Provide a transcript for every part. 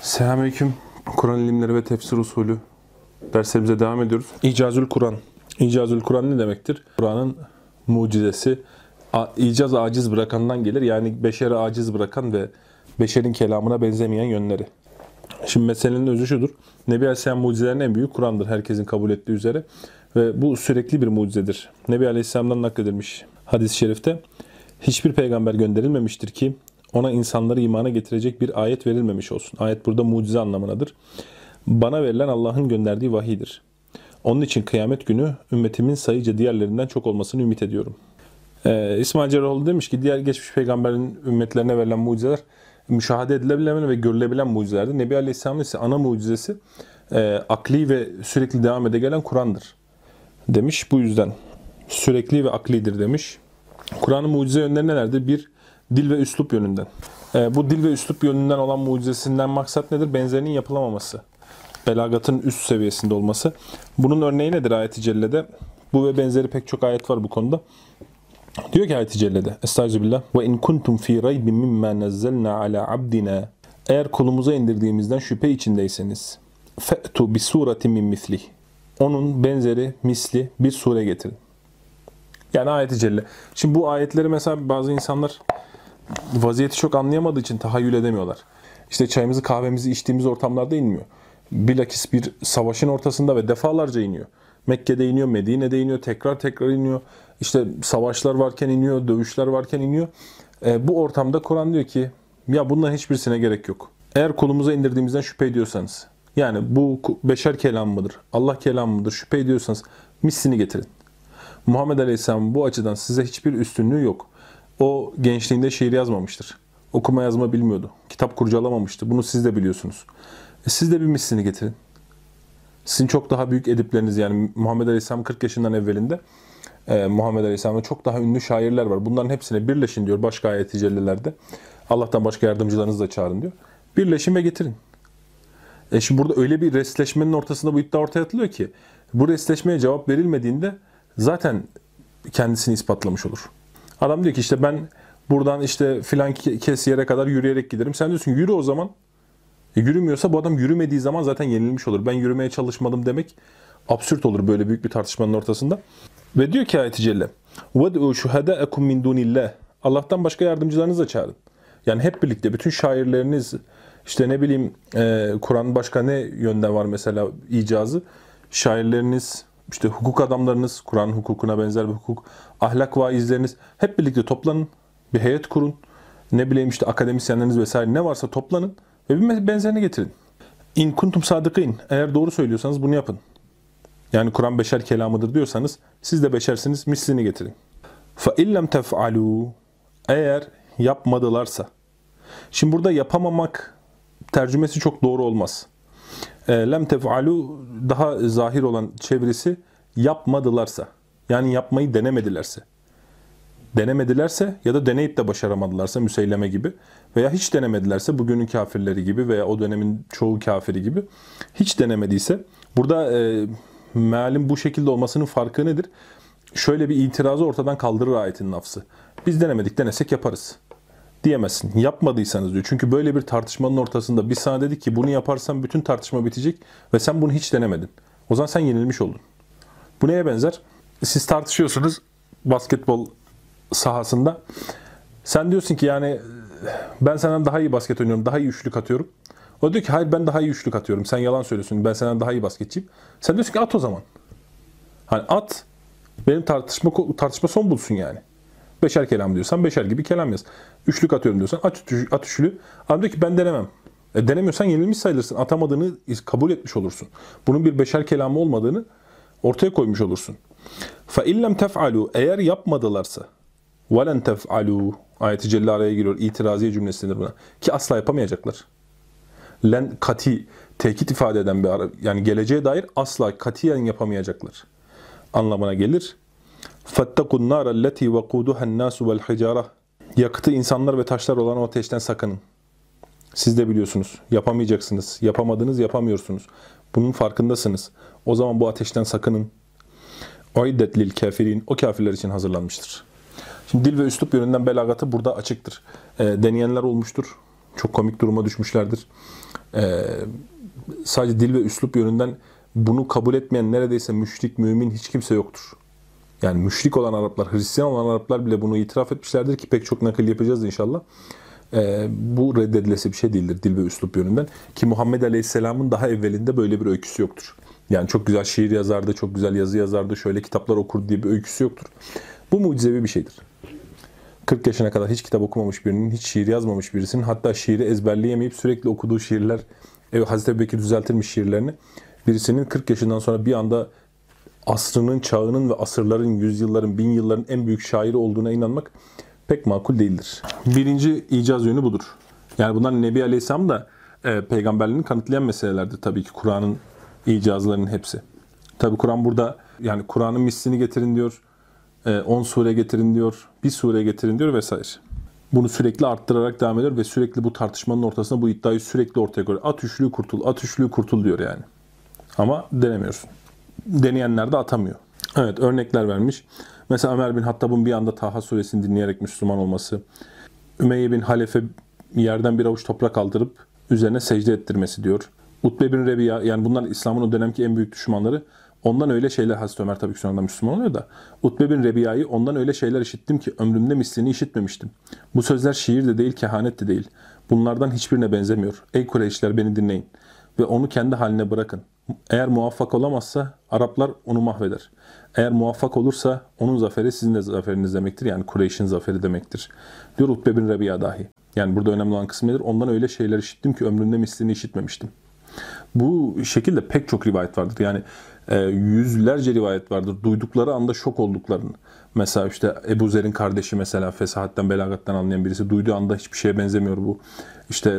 Selamünaleyküm. Kur'an ilimleri ve tefsir usulü derslerimize devam ediyoruz. İcazül Kur'an. İcazül Kur'an ne demektir? Kur'an'ın mucizesi, icaz aciz bırakandan gelir. Yani beşeri aciz bırakan ve beşerin kelamına benzemeyen yönleri. Şimdi meselenin özü şudur. Nebi Aleyhisselam mucizelerin en büyüğü Kur'an'dır. Herkesin kabul ettiği üzere. Ve bu sürekli bir mucizedir. Nebi Aleyhisselam'dan nakledilmiş hadis-i şerifte. Hiçbir peygamber gönderilmemiştir ki ona insanları imana getirecek bir ayet verilmemiş olsun. Ayet burada mucize anlamındadır. Bana verilen Allah'ın gönderdiği vahiydir. Onun için kıyamet günü ümmetimin sayıca diğerlerinden çok olmasını ümit ediyorum. İsmail Cerrahoğlu demiş ki diğer geçmiş peygamberin ümmetlerine verilen mucizeler müşahede edilebilen ve görülebilen mucizelerdir. Nebi Aleyhisselam'ın ise ana mucizesi akli ve sürekli devam ede gelen Kur'an'dır demiş. Bu yüzden sürekli ve aklidir demiş. Kur'an'ın mucize yönleri nelerdir? Bir, dil ve üslup yönünden. Bu dil ve üslup yönünden olan mucizesinden maksat nedir? Benzerinin yapılamaması. Belagatın üst seviyesinde olması. Bunun örneği nedir ayet-i cellede? Bu ve benzeri pek çok ayet var bu konuda. Diyor ki ayet-i cellede, Estağfirullah. Ve in kuntum fi raybin mimma nazzalna ala abdina. Eğer kulumuza indirdiğimizden şüphe içindeyseniz, fe'tu bi suretin min mislih. Onun benzeri, misli bir sure getirin. Yani ayet-i celle. Şimdi bu ayetleri mesela bazı insanlar vaziyeti çok anlayamadığı için tahayyül edemiyorlar. İşte çayımızı kahvemizi içtiğimiz ortamlarda inmiyor. Bilakis bir savaşın ortasında ve defalarca iniyor. Mekke'de iniyor, Medine'de iniyor, tekrar iniyor. İşte savaşlar varken iniyor, dövüşler varken iniyor. Bu ortamda Kur'an diyor ki ya bunların hiçbirisine gerek yok. Eğer kulumuza indirdiğimizden şüphe ediyorsanız, yani bu beşer kelam mıdır, Allah kelamı mıdır şüphe ediyorsanız mislini getirin. Muhammed Aleyhisselam bu açıdan size hiçbir üstünlüğü yok. O gençliğinde şiir yazmamıştır. Okuma yazma bilmiyordu. Kitap kurcalamamıştı. Bunu siz de biliyorsunuz. Siz de bir mislini getirin. Sizin çok daha büyük edipleriniz, yani Muhammed Aleyhisselam 40 yaşından evvelinde Muhammed Aleyhisselam'da çok daha ünlü şairler var. Bunların hepsine birleşin diyor başka ayet-i cellelerde. Allah'tan başka yardımcılarınızı da çağırın diyor. Birleşin ve getirin. Şimdi burada öyle bir restleşmenin ortasında bu iddia ortaya atılıyor ki bu restleşmeye cevap verilmediğinde zaten kendisini ispatlamış olur. Adam diyor ki işte ben buradan işte filan kes yere kadar yürüyerek giderim. Sen diyorsun yürü o zaman. Yürümüyorsa bu adam yürümediği zaman zaten yenilmiş olur. Ben yürümeye çalışmadım demek absürt olur böyle büyük bir tartışmanın ortasında. Ve diyor ki ayet-i celle وَدْعُوا شُهَدَاءَكُمْ مِنْ دُونِ اللّٰهِ. Allah'tan başka yardımcılarınızı da çağırın. Yani hep birlikte bütün şairleriniz, işte ne bileyim Kur'an başka ne yönden var mesela icazı. Şairleriniz, işte hukuk adamlarınız, Kur'an hukukuna benzer bir hukuk, ahlak vaizleriniz hep birlikte toplanın, bir heyet kurun. Ne bileyim işte akademisyenleriniz vesaire ne varsa toplanın ve bir benzerini getirin. İn kuntum sadıkîn. Eğer doğru söylüyorsanız bunu yapın. Yani Kur'an beşer kelamıdır diyorsanız siz de beşersiniz, mislini getirin. Fa illem tef'alû. Eğer yapmadılarsa. Şimdi burada yapamamak tercümesi çok doğru olmaz. Lem tef'alû daha zahir olan çevirisi yapmadılarsa. Yani yapmayı denemedilerse. Denemedilerse ya da deneyip de başaramadılarsa Müseyleme gibi veya hiç denemedilerse bugünün kafirleri gibi veya o dönemin çoğu kafiri gibi hiç denemediyse burada mealin bu şekilde olmasının farkı nedir? Şöyle bir itirazı ortadan kaldırır ayetin lafzı. Biz denemedik, denesek yaparız diyemezsin. Yapmadıysanız diyor. Çünkü böyle bir tartışmanın ortasında biz sana dedik ki bunu yaparsan bütün tartışma bitecek ve sen bunu hiç denemedin. O zaman sen yenilmiş oldun. Bu neye benzer? Siz tartışıyorsunuz basketbol sahasında. Sen diyorsun ki yani ben senden daha iyi basket oynuyorum, daha iyi üçlük atıyorum. O diyor ki hayır ben daha iyi üçlük atıyorum. Sen yalan söylüyorsun. Ben senden daha iyi basketçiyim. Sen diyorsun ki at o zaman. Hani at benim tartışma son bulsun yani. Beşer kelam diyorsan beşer gibi kelam yaz. Üçlük atıyorum diyorsan at üçlü. Adam diyor ki ben denemem. Denemiyorsan yenilmiş sayılırsın. Atamadığını kabul etmiş olursun. Bunun bir beşer kelamı olmadığını ortaya koymuş olursun. Fa illem tef'alû. Eğer yapmadılarsa وَلَنْ تَفْعَلُوا. Ayet-i Celle araya giriyor. İtiraziye cümlesidir buna. Ki asla yapamayacaklar. Len kati, tekit ifade eden bir yani geleceğe dair asla katiyen yapamayacaklar anlamına gelir. فَاتَّقُوا النَّارَ الَّتِي وَقُودُهَا النَّاسُ وَالْحِجَارَةِ. Yakıtı insanlar ve taşlar olan o ateşten sakının. Siz de biliyorsunuz. Yapamayacaksınız. Yapamadınız, yapamıyorsunuz. Bunun farkındasınız. O zaman bu ateşten sakının. اُعِدَّتْ لِلْكَافِرِينَ. O kafirler için hazırlanmıştır. Şimdi dil ve üslup yönünden belagatı burada açıktır. Deneyenler olmuştur. Çok komik duruma düşmüşlerdir. Sadece dil ve üslup yönünden bunu kabul etmeyen neredeyse müşrik, mümin hiç kimse yoktur. Yani müşrik olan Araplar, Hristiyan olan Araplar bile bunu itiraf etmişlerdir ki pek çok nakil yapacağız inşallah. Bu reddedilesi bir şey değildir dil ve üslup yönünden. Ki Muhammed Aleyhisselam'ın daha evvelinde böyle bir öyküsü yoktur. Yani çok güzel şiir yazardı, çok güzel yazı yazardı, şöyle kitaplar okurdu diye bir öyküsü yoktur. Bu mucizevi bir şeydir. 40 yaşına kadar hiç kitap okumamış birinin, hiç şiir yazmamış birisinin, hatta şiiri ezberleyemeyip sürekli okuduğu şiirler, Hazreti Ebubekir düzeltirmiş şiirlerini, birisinin 40 yaşından sonra bir anda asrının, çağının ve asırların, yüzyılların, bin yılların en büyük şairi olduğuna inanmak pek makul değildir. Birinci icaz yönü budur. Yani bunlar Nebi Aleyhisselam da peygamberliğini kanıtlayan meselelerdir tabii ki Kur'an'ın icazlarının hepsi. Tabii Kur'an burada yani Kur'an'ın mislini getirin diyor, 10 sure getirin diyor, bir sure getirin diyor vesaire. Bunu sürekli arttırarak devam ediyor ve sürekli bu tartışmanın ortasında bu iddiayı sürekli ortaya koyuyor. At üçlüğü kurtul, at üçlüğü kurtul diyor yani. Ama denemiyorsun. Deneyenler de atamıyor. Evet, örnekler vermiş. Mesela Ömer bin Hattab'ın bir anda Taha suresini dinleyerek Müslüman olması. Ümeyye bin Halef'e yerden bir avuç toprak aldırıp üzerine secde ettirmesi diyor. Utbe bin Rebiya, yani bunlar İslam'ın o dönemki en büyük düşmanları. Ondan öyle şeyler, Hazreti Ömer tabii ki sonradan Müslüman oluyor da, Utbe bin Rebiya'yı ondan öyle şeyler işittim ki ömrümde mislini işitmemiştim. Bu sözler şiir de değil, kehanet de değil. Bunlardan hiçbirine benzemiyor. Ey Kureyşler, beni dinleyin ve onu kendi haline bırakın. Eğer muvaffak olamazsa Araplar onu mahveder. Eğer muvaffak olursa onun zaferi sizin de zaferiniz demektir. Yani Kureyş'in zaferi demektir. Diyor Utbe bin Rebiya dahi. Yani burada önemli olan kısmı nedir? Ondan öyle şeyler işittim ki ömrümde mislini işitmemiştim. Bu şekilde pek çok rivayet vardır. Yani yüzlerce rivayet vardır. Duydukları anda şok olduklarını. Mesela işte Ebu Zer'in kardeşi mesela fesahatten, belagattan anlayan birisi. Duyduğu anda hiçbir şeye benzemiyor bu. İşte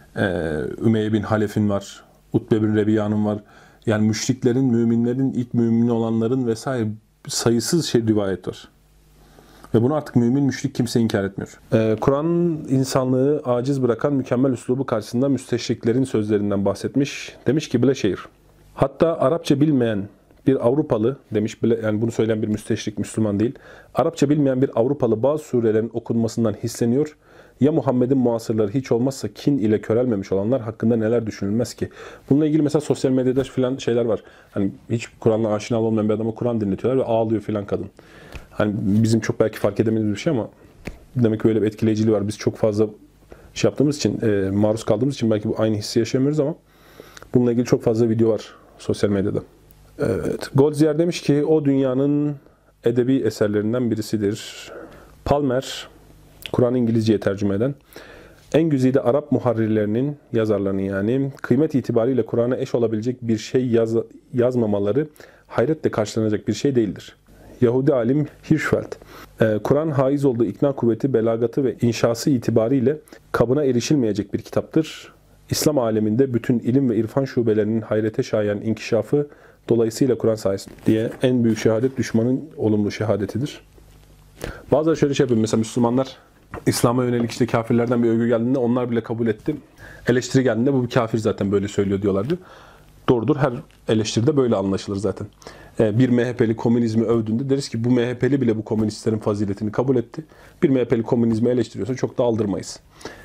Ümeyye bin Halef'in var. Utbe bin Rebiya'nın var. Yani müşriklerin, müminlerin, ilk mümin olanların vesaire sayısız rivayet var. Ve bunu artık mümin, müşrik kimse inkar etmiyor. Kur'an insanlığı aciz bırakan mükemmel üslubu karşısında müsteşriklerin sözlerinden bahsetmiş. Demiş ki Bileşehir. Hatta Arapça bilmeyen bir Avrupalı, demiş, yani bunu söyleyen bir müsteşrik, Müslüman değil. Arapça bilmeyen bir Avrupalı bazı surelerin okunmasından hisleniyor. Ya Muhammed'in muasırları hiç olmazsa kin ile körelmemiş olanlar hakkında neler düşünülmez ki? Bununla ilgili mesela sosyal medyada falan şeyler var. Hani hiç Kur'an'la aşina olmayan bir adama Kur'an dinletiyorlar ve ağlıyor falan kadın. Hani bizim çok belki fark edemediğimiz bir şey ama demek ki öyle bir etkileyiciliği var. Biz çok fazla şey yaptığımız için, maruz kaldığımız için belki bu aynı hissi yaşamıyoruz ama bununla ilgili çok fazla video var sosyal medyada. Evet. Goldziher demiş ki o dünyanın edebi eserlerinden birisidir. Palmer, Kur'an'ı İngilizceye tercüme eden, en güzide Arap muharrirlerinin, yazarlarının yani, kıymet itibariyle Kur'an'a eş olabilecek bir şey yazmamaları hayretle karşılanacak bir şey değildir. Yahudi alim Hirschfeld, Kur'an haiz olduğu ikna kuvveti, belagatı ve inşası itibariyle kabına erişilmeyecek bir kitaptır. İslam aleminde bütün ilim ve irfan şubelerinin hayrete şayan inkişafı dolayısıyla Kur'an sayesinde diye en büyük şehadet düşmanın olumlu şehadetidir. Bazıları şöyle şey yapıyor. Mesela Müslümanlar İslam'a yönelik işte kafirlerden bir övgü geldiğinde onlar bile kabul etti. Eleştiri geldiğinde bu bir kafir zaten böyle söylüyor diyorlardı. Doğrudur. Her eleştiride böyle anlaşılır zaten. Bir MHP'li komünizmi övdüğünde deriz ki bu MHP'li bile bu komünistlerin faziletini kabul etti. Bir MHP'li komünizmi eleştiriyorsa çok da aldırmayız.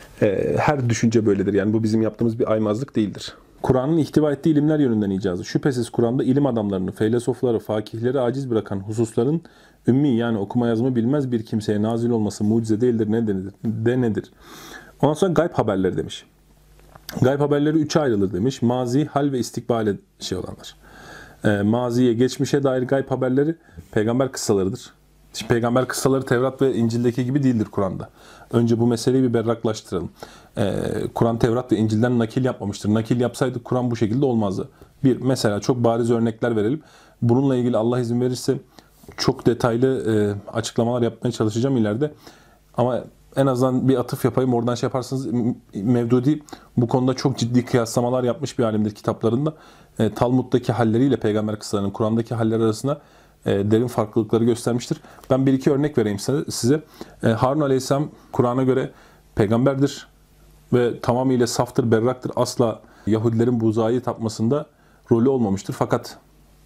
Her düşünce böyledir. Yani bu bizim yaptığımız bir aymazlık değildir. Kur'an'ın ihtiva ettiği ilimler yönünden icazı. Şüphesiz Kur'an'da ilim adamlarını, felsefeleri, fakihleri aciz bırakan hususların ümmi yani okuma yazma bilmez bir kimseye nazil olması mucize değildir, nedir? Ondan sonra gayb haberleri demiş. Gayb haberleri üçe ayrılır demiş. Mazi, hal ve istikbale olanlar. Maziye, geçmişe dair gayb haberleri peygamber kıssalarıdır. Şimdi peygamber kıssaları Tevrat ve İncil'deki gibi değildir Kur'an'da. Önce bu meseleyi bir berraklaştıralım. Kur'an Tevrat ve İncil'den nakil yapmamıştır. Nakil yapsaydı Kur'an bu şekilde olmazdı. Mesela çok bariz örnekler verelim. Bununla ilgili Allah izin verirse çok detaylı açıklamalar yapmaya çalışacağım ileride. Ama en azından bir atıf yapayım. Oradan şey yaparsanız Mevdudi bu konuda çok ciddi kıyaslamalar yapmış bir alimdir kitaplarında. Talmud'daki halleriyle peygamber kıssalarının Kur'an'daki haller arasında derin farklılıkları göstermiştir. Ben bir iki örnek vereyim size. Harun Aleyhisselam Kur'an'a göre peygamberdir ve tamamıyla saftır, berraktır. Asla Yahudilerin buzağı tapmasında rolü olmamıştır. Fakat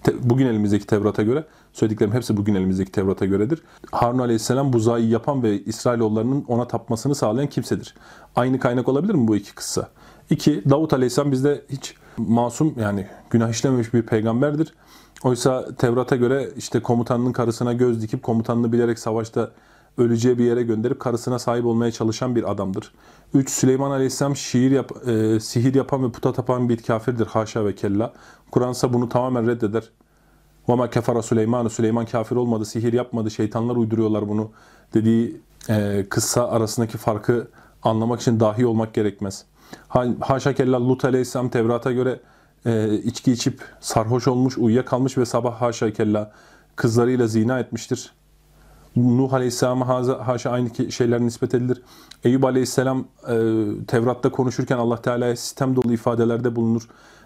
Bugün elimizdeki Tevrat'a göre, söylediklerim hepsi bugün elimizdeki Tevrat'a göredir. Harun Aleyhisselam buzayı yapan ve İsrailoğullarının ona tapmasını sağlayan kimsedir. Aynı kaynak olabilir mi bu iki kıssa? 2. Davut Aleyhisselam bizde hiç masum, yani günah işlememiş bir peygamberdir. Oysa Tevrat'a göre işte komutanının karısına göz dikip komutanını bilerek savaşta öleceği bir yere gönderip karısına sahip olmaya çalışan bir adamdır. 3. Süleyman Aleyhisselam sihir yapan ve puta tapan bir kafirdir. Haşa ve kella. Kur'an ise bunu tamamen reddeder. وَمَا كَفَرَ Süleyman. Süleyman kafir olmadı, sihir yapmadı, şeytanlar uyduruyorlar bunu dediği kıssa arasındaki farkı anlamak için dahi olmak gerekmez. Haşa kella Lut Aleyhisselam Tevrat'a göre içki içip sarhoş olmuş, uyuyakalmış ve sabah haşa kella kızlarıyla zina etmiştir. Nuh Aleyhisselam'a haşa aynı şeyler nispet edilir. Eyüp Aleyhisselam Tevrat'ta konuşurken Allah Teala'ya sistem dolu ifadelerde bulunur.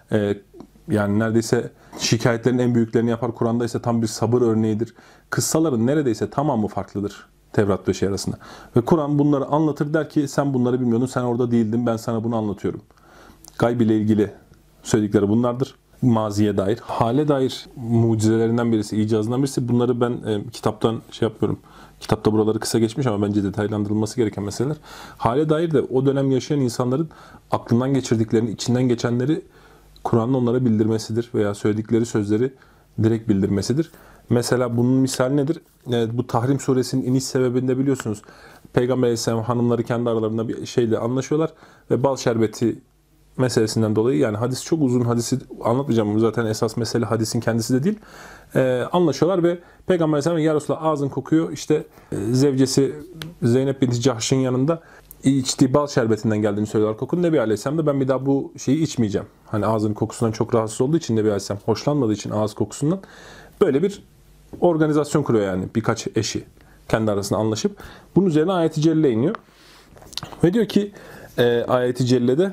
Yani neredeyse şikayetlerin en büyüklerini yapar. Kur'an'da ise tam bir sabır örneğidir. Kıssaların neredeyse tamamı farklıdır Tevrat ve şey arasında. Ve Kur'an bunları anlatır, der ki sen bunları bilmiyordun, sen orada değildin, ben sana bunu anlatıyorum. Gayb ile ilgili söyledikleri bunlardır. Maziye dair, hale dair mucizelerinden birisi, icazından birisi. Bunları ben kitaptan şey yapıyorum. Kitapta buraları kısa geçmiş ama bence detaylandırılması gereken meseleler. Hale dair de o dönem yaşayan insanların aklından geçirdiklerini, içinden geçenleri Kur'an'ın onlara bildirmesidir veya söyledikleri sözleri direkt bildirmesidir. Mesela bunun misali nedir? Bu Tahrim suresinin iniş sebebinde biliyorsunuz. Peygamber Aleyhisselam hanımları kendi aralarında bir şeyle anlaşıyorlar ve bal şerbeti meselesinden dolayı, yani hadis çok uzun, hadisi anlatmayacağım. Zaten esas mesele hadisin kendisi de değil. Anlaşıyorlar ve Peygamber Aleyhisselam ya Resulallah ağzın kokuyor. İşte zevcesi Zeynep binti Cahş'ın yanında içtiği bal şerbetinden geldiğini söylüyorlar kokun. Nebi Aleyhisselam da ben bir daha bu şeyi içmeyeceğim. Hani ağzının kokusundan çok rahatsız olduğu için, Nebi Aleyhisselam hoşlanmadığı için ağız kokusundan böyle bir organizasyon kuruyor yani birkaç eşi kendi arasında anlaşıp. Bunun üzerine ayet-i celle iniyor. Ve diyor ki ayet-i cellede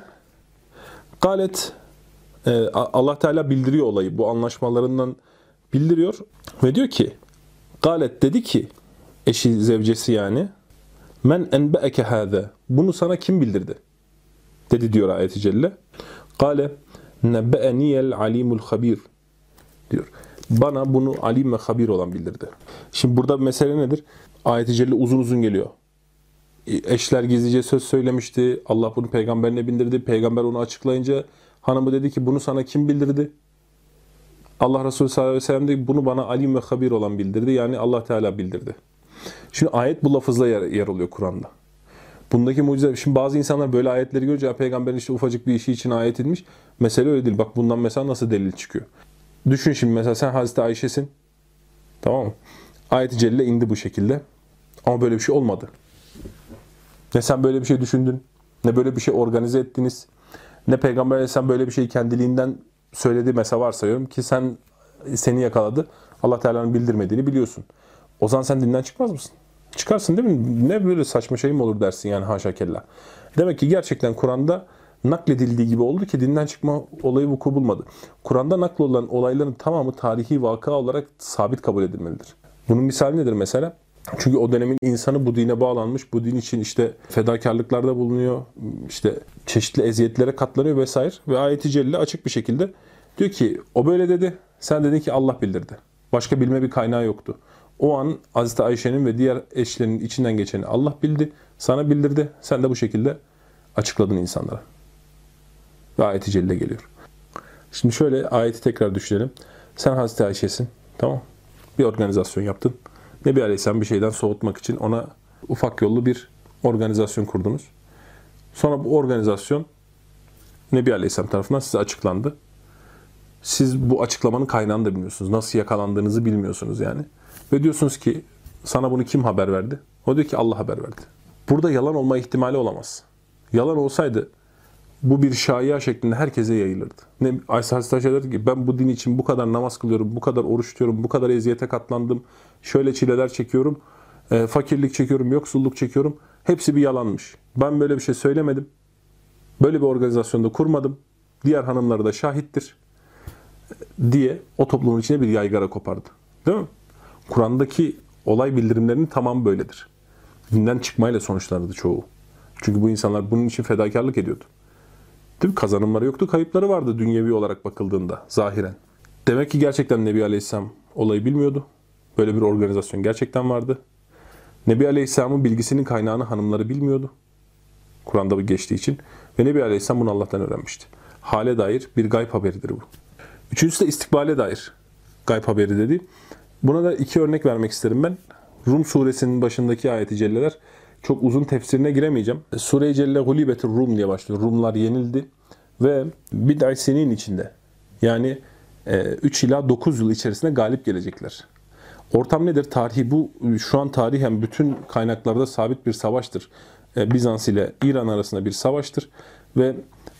galet, Allah Teala bildiriyor olayı, bu anlaşmalarından bildiriyor ve diyor ki galet dedi ki eşi zevcesi yani men enbe'eke hâze, bunu sana kim bildirdi dedi diyor ayet-i celle. Gale nebbe'eniyel alimul habir diyor. Bana bunu alim ve habir olan bildirdi. Şimdi burada mesele nedir? Ayet-i celle uzun uzun geliyor. Eşler gizlice söz söylemişti. Allah bunu peygamberine bildirdi. Peygamber onu açıklayınca hanımı dedi ki bunu sana kim bildirdi? Allah Resulü sallallahu aleyhi ve sellem de bunu bana alim ve habir olan bildirdi. Yani Allah Teala bildirdi. Şimdi ayet bu lafızla yer alıyor Kur'an'da. Bundaki mucize, şimdi bazı insanlar böyle ayetleri görünce peygamberin işte ufacık bir işi için ayet inmiş. Mesele öyle değil. Bak bundan mesela nasıl delil çıkıyor. Düşün şimdi mesela sen Hazreti Ayşe'sin. Tamam mı? Ayet-i Celle indi bu şekilde. Ama böyle bir şey olmadı. Ne sen böyle bir şey düşündün, ne böyle bir şey organize ettiniz, ne Peygamber Aleyhisselam böyle bir şeyi kendiliğinden söyledi. Mesela varsayıyorum ki seni yakaladı. Allah Teala'nın bildirmediğini biliyorsun. O zaman sen dinden çıkmaz mısın? Çıkarsın değil mi? Ne böyle saçma şey mi olur dersin yani, haşa kella. Demek ki gerçekten Kur'an'da nakledildiği gibi oldu ki dinden çıkma olayı vuku bulmadı. Kur'an'da nakledilen olayların tamamı tarihi vaka olarak sabit kabul edilmelidir. Bunun misali nedir mesela? Çünkü o dönemin insanı bu dine bağlanmış, bu din için işte fedakarlıklarda bulunuyor, işte çeşitli eziyetlere katlanıyor vesaire. Ve ayet-i celle açık bir şekilde diyor ki o böyle dedi, sen dedin ki Allah bildirdi. Başka bilme bir kaynağı yoktu. O an Hazreti Ayşe'nin ve diğer eşlerinin içinden geçeni Allah bildi, sana bildirdi. Sen de bu şekilde açıkladın insanlara. Ve ayet-i celle geliyor. Şimdi şöyle ayeti tekrar düşünelim. Sen Hazreti Ayşe'sin, tamam, bir organizasyon yaptın. Nebi Aleyhisselam bir şeyden soğutmak için ona ufak yollu bir organizasyon kurdunuz. Sonra bu organizasyon Nebi Aleyhisselam tarafından size açıklandı. Siz bu açıklamanın kaynağını da bilmiyorsunuz. Nasıl yakalandığınızı bilmiyorsunuz yani. Ve diyorsunuz ki sana bunu kim haber verdi? O diyor ki Allah haber verdi. Burada yalan olma ihtimali olamaz. Yalan olsaydı bu bir şaiya şeklinde herkese yayılırdı. Hazreti Ayşe dedi ki ben bu din için bu kadar namaz kılıyorum, bu kadar oruç tutuyorum, bu kadar eziyete katlandım, şöyle çileler çekiyorum, fakirlik çekiyorum, yoksulluk çekiyorum. Hepsi bir yalanmış. Ben böyle bir şey söylemedim. Böyle bir organizasyonda kurmadım. Diğer hanımları da şahittir diye o toplumun içine bir yaygara kopardı. Değil mi? Kur'an'daki olay bildirimlerinin tamamı böyledir. Dinden çıkmayla sonuçlanırdı çoğu. Çünkü bu insanlar bunun için fedakarlık ediyordu. Değil mi? Kazanımları yoktu, kayıpları vardı dünyevi olarak bakıldığında zahiren. Demek ki gerçekten Nebi Aleyhisselam olayı bilmiyordu. Böyle bir organizasyon gerçekten vardı. Nebi Aleyhisselam'ın bilgisinin kaynağını hanımları bilmiyordu. Kur'an'da bu geçtiği için. Ve Nebi Aleyhisselam bunu Allah'tan öğrenmişti. Hale dair bir gayb haberidir bu. Üçüncüsü de istikbale dair gayb haberi dedi. Buna da 2 örnek vermek isterim ben. Rum suresinin başındaki ayet-i celleler. Çok uzun tefsirine giremeyeceğim. Sure-i Celle Gulibetir Rum diye başlıyor. Rumlar yenildi ve bid'i senin içinde. Yani 3 ila 9 yıl içerisinde galip gelecekler. Ortam nedir? Tarihi bu. Şu an tarihen bütün kaynaklarda sabit bir savaştır. Bizans ile İran arasında bir savaştır. Ve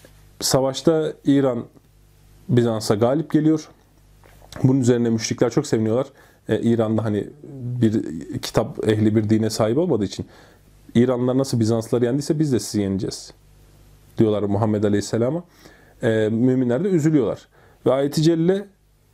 savaşta İran Bizans'a galip geliyor. Bunun üzerine müşrikler çok seviniyorlar. İran'da hani bir kitap ehli bir dine sahip olmadığı için İranlılar nasıl Bizanslıları yendiyse biz de sizi yeneceğiz diyorlar Muhammed Aleyhisselam'a. Müminler de üzülüyorlar. Ve ayet-i celle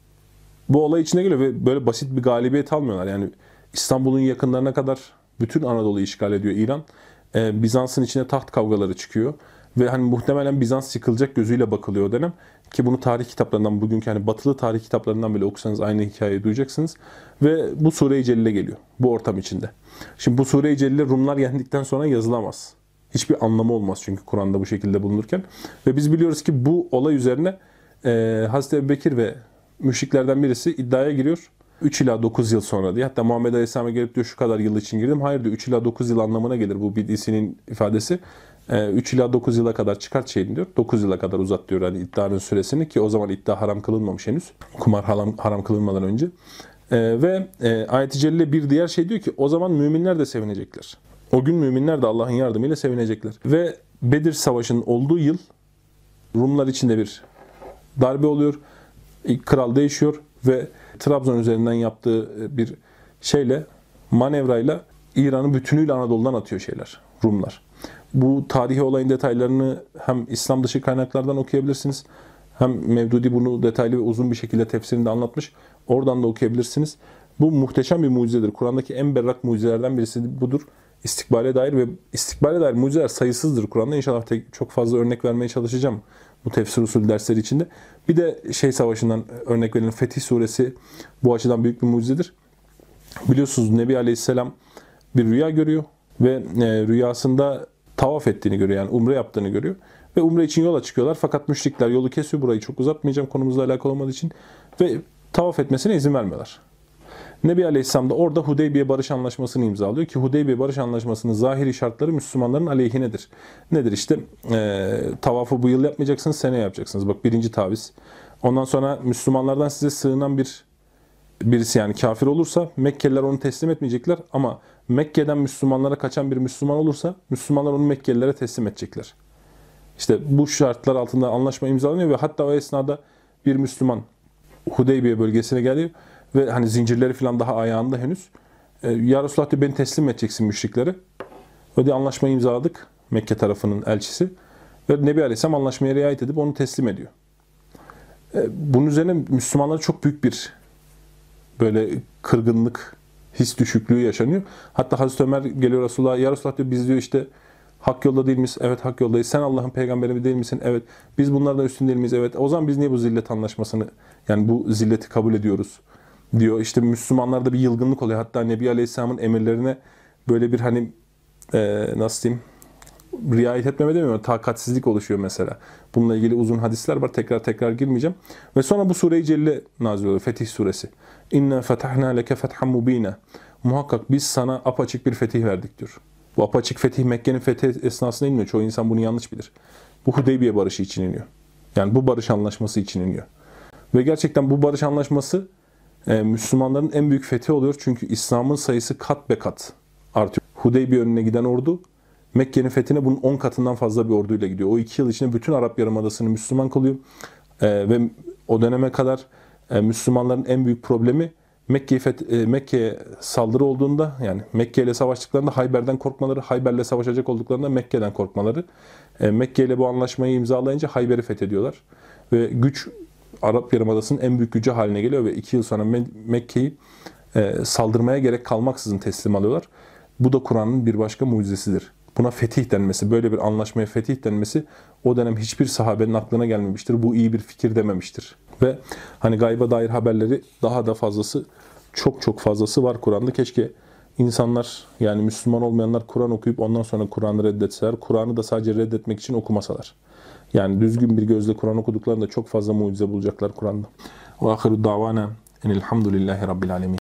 bu olay içine geliyor ve böyle basit bir galibiyet almıyorlar. Yani İstanbul'un yakınlarına kadar bütün Anadolu'yu işgal ediyor İran. Bizans'ın içine taht kavgaları çıkıyor. Ve hani muhtemelen Bizans yıkılacak gözüyle bakılıyor o dönem. Ki bunu tarih kitaplarından, bugünkü hani batılı tarih kitaplarından bile okusanız aynı hikayeyi duyacaksınız. Ve bu Sure-i Celile geliyor bu ortam içinde. Şimdi bu Sure-i Celile Rumlar yendikten sonra yazılamaz. Hiçbir anlamı olmaz çünkü Kur'an'da bu şekilde bulunurken. Ve biz biliyoruz ki bu olay üzerine Hazreti Ebubekir ve müşriklerden birisi iddiaya giriyor. 3 ila 9 yıl sonra diye. Hatta Muhammed Aleyhisselam'a gelip diyor şu kadar yıl için girdim. Hayır diyor 3 ila 9 yıl anlamına gelir bu bid'isinin ifadesi. 3 ila 9 yıla kadar çıkart şeyini diyor. 9 yıla kadar uzat diyor hani iddianın süresini ki o zaman iddia haram kılınmamış henüz. Kumar haram kılınmadan önce. Ve ayet-i celle bir diğer şey diyor ki o zaman müminler de sevinecekler. O gün müminler de Allah'ın yardımıyla sevinecekler. Ve Bedir Savaşı'nın olduğu yıl Rumlar içinde bir darbe oluyor. Kral değişiyor ve Trabzon üzerinden yaptığı bir manevrayla İran'ı bütünüyle Anadolu'dan atıyor Rumlar. Bu tarihi olayın detaylarını hem İslam dışı kaynaklardan okuyabilirsiniz. Hem Mevdudi bunu detaylı ve uzun bir şekilde tefsirinde anlatmış. Oradan da okuyabilirsiniz. Bu muhteşem bir mucizedir. Kur'an'daki en berrak mucizelerden birisi budur. İstikbale dair ve istikbale dair mucizeler sayısızdır Kur'an'da. İnşallah çok fazla örnek vermeye çalışacağım bu tefsir usulü dersleri içinde. Bir de savaşından örnek verelim. Fetih suresi bu açıdan büyük bir mucizedir. Biliyorsunuz Nebi Aleyhisselam bir rüya görüyor ve rüyasında tavaf ettiğini görüyor. Yani umre yaptığını görüyor. Ve umre için yola çıkıyorlar. Fakat müşrikler yolu kesiyor. Burayı çok uzatmayacağım konumuzla alakalı olmadığı için. Ve tavaf etmesine izin vermiyorlar. Nebi Aleyhisselam da orada Hudeybiye Barış Anlaşması'nı imzalıyor ki Hudeybiye Barış Anlaşması'nın zahiri şartları Müslümanların aleyhinedir. Nedir işte? Tavafı bu yıl yapmayacaksınız, seneye yapacaksınız. Bak birinci taviz. Ondan sonra Müslümanlardan size sığınan birisi yani kafir olursa Mekkeliler onu teslim etmeyecekler ama Mekke'den Müslümanlara kaçan bir Müslüman olursa Müslümanlar onu Mekkelilere teslim edecekler. İşte bu şartlar altında anlaşma imzalanıyor ve hatta o esnada bir Müslüman Hudeybiye bölgesine geliyor ve hani zincirleri falan daha ayağında henüz. Ya Resulullah diyor beni teslim edeceksin müşriklere. Ve diye anlaşmayı imzaladık Mekke tarafının elçisi. Ve Nebi Aleyhisselam anlaşmaya riayet edip onu teslim ediyor. Bunun üzerine Müslümanlara çok büyük bir böyle kırgınlık, his düşüklüğü yaşanıyor. Hatta Hazreti Ömer geliyor Resulullah'a. Ya Resulullah diyor biz diyor işte hak yolda değil miyiz? Evet hak yoldayız. Sen Allah'ın peygamberi mi değil misin? Evet. Biz bunlardan üstün değil miyiz? Evet. O zaman biz niye bu zillet anlaşmasını yani bu zilleti kabul ediyoruz? Diyor. İşte Müslümanlarda bir yılgınlık oluyor. Hatta Nebi Aleyhisselam'ın emirlerine böyle bir hani nasıl diyeyim riayet etmeme demiyorum. Takatsizlik oluşuyor mesela. Bununla ilgili uzun hadisler var. Tekrar girmeyeceğim. Ve sonra bu Sure-i Celle nazil oluyor. Fetih suresi. İnna fetahna leke fethan mubina. Muhakkak biz sana apaçık bir fetih verdik diyor. Bu apaçık fetih Mekke'nin fethi esnasında inmiyor. Çoğu insan bunu yanlış bilir. Bu Hudeybiye barışı için iniyor. Yani bu barış anlaşması için iniyor. Ve gerçekten bu barış anlaşması Müslümanların en büyük fethi oluyor. Çünkü İslam'ın sayısı kat be kat artıyor. Hudeybiye önüne giden ordu Mekke'nin fethine bunun 10 katından fazla bir orduyla gidiyor. O 2 yıl içinde bütün Arap Yarımadası'nı Müslüman kılıyor. Ve o döneme kadar Müslümanların en büyük problemi Mekke'ye saldırı olduğunda yani Mekke ile savaştıklarında Hayber'den korkmaları, Hayber'le savaşacak olduklarında Mekke'den korkmaları. Mekke ile bu anlaşmayı imzalayınca Hayber'i fethediyorlar. Ve güç Arap Yarımadası'nın en büyük gücü haline geliyor ve 2 yıl sonra Mekke'yi saldırmaya gerek kalmaksızın teslim alıyorlar. Bu da Kur'an'ın bir başka mucizesidir. buna fetih denmesi, böyle bir anlaşmaya fetih denmesi o dönem hiçbir sahabenin aklına gelmemiştir. Bu iyi bir fikir dememiştir. Ve hani gayba dair haberleri daha da fazlası, çok çok fazlası var Kur'an'da. Keşke insanlar, yani Müslüman olmayanlar Kur'an okuyup ondan sonra Kur'an'ı reddetseler, Kur'an'ı da sadece reddetmek için okumasalar. Yani düzgün bir gözle Kur'an okuduklarında çok fazla mucize bulacaklar Kur'an'da. Ve ahiru davana enelhamdülillahi rabbil alemin.